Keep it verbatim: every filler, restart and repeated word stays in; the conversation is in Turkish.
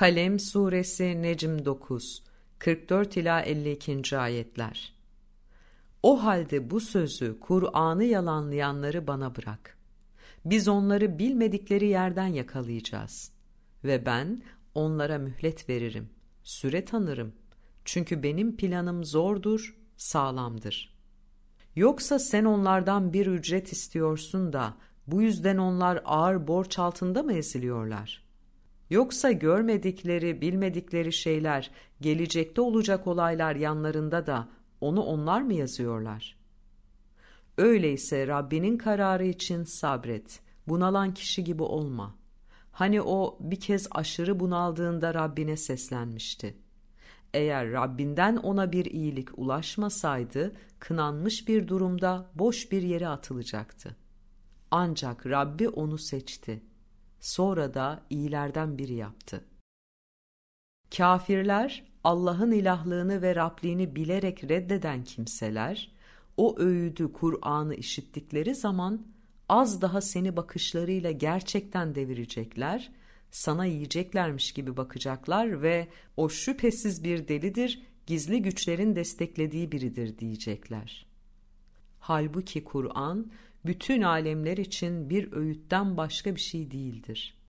Kalem Suresi Necm dokuz kırk dört ila elli ikinci ayetler. O halde bu sözü, Kur'an'ı yalanlayanları bana bırak. Biz onları bilmedikleri yerden yakalayacağız. Ve ben onlara mühlet veririm, süre tanırım. Çünkü benim planım zordur, sağlamdır. Yoksa sen onlardan bir ücret istiyorsun da, bu yüzden onlar ağır borç altında mı eziliyorlar? Yoksa görmedikleri, bilmedikleri şeyler, gelecekte olacak olaylar yanlarında da onu onlar mı yazıyorlar? Öyleyse Rabbinin kararı için sabret, bunalan kişi gibi olma. Hani o bir kez aşırı bunaldığında Rabbine seslenmişti. Eğer Rabbinden ona bir iyilik ulaşmasaydı, kınanmış bir durumda boş bir yere atılacaktı. Ancak Rabbi onu seçti. Sonra da iyilerden biri yaptı. Kafirler, Allah'ın ilahlığını ve Rabliğini bilerek reddeden kimseler, o öğüdü, Kur'an'ı işittikleri zaman az daha seni bakışlarıyla gerçekten devirecekler, sana yiyeceklermiş gibi bakacaklar ve o şüphesiz bir delidir, gizli güçlerin desteklediği biridir diyecekler. Halbuki Kur'an, bütün alemler için bir öğütten başka bir şey değildir.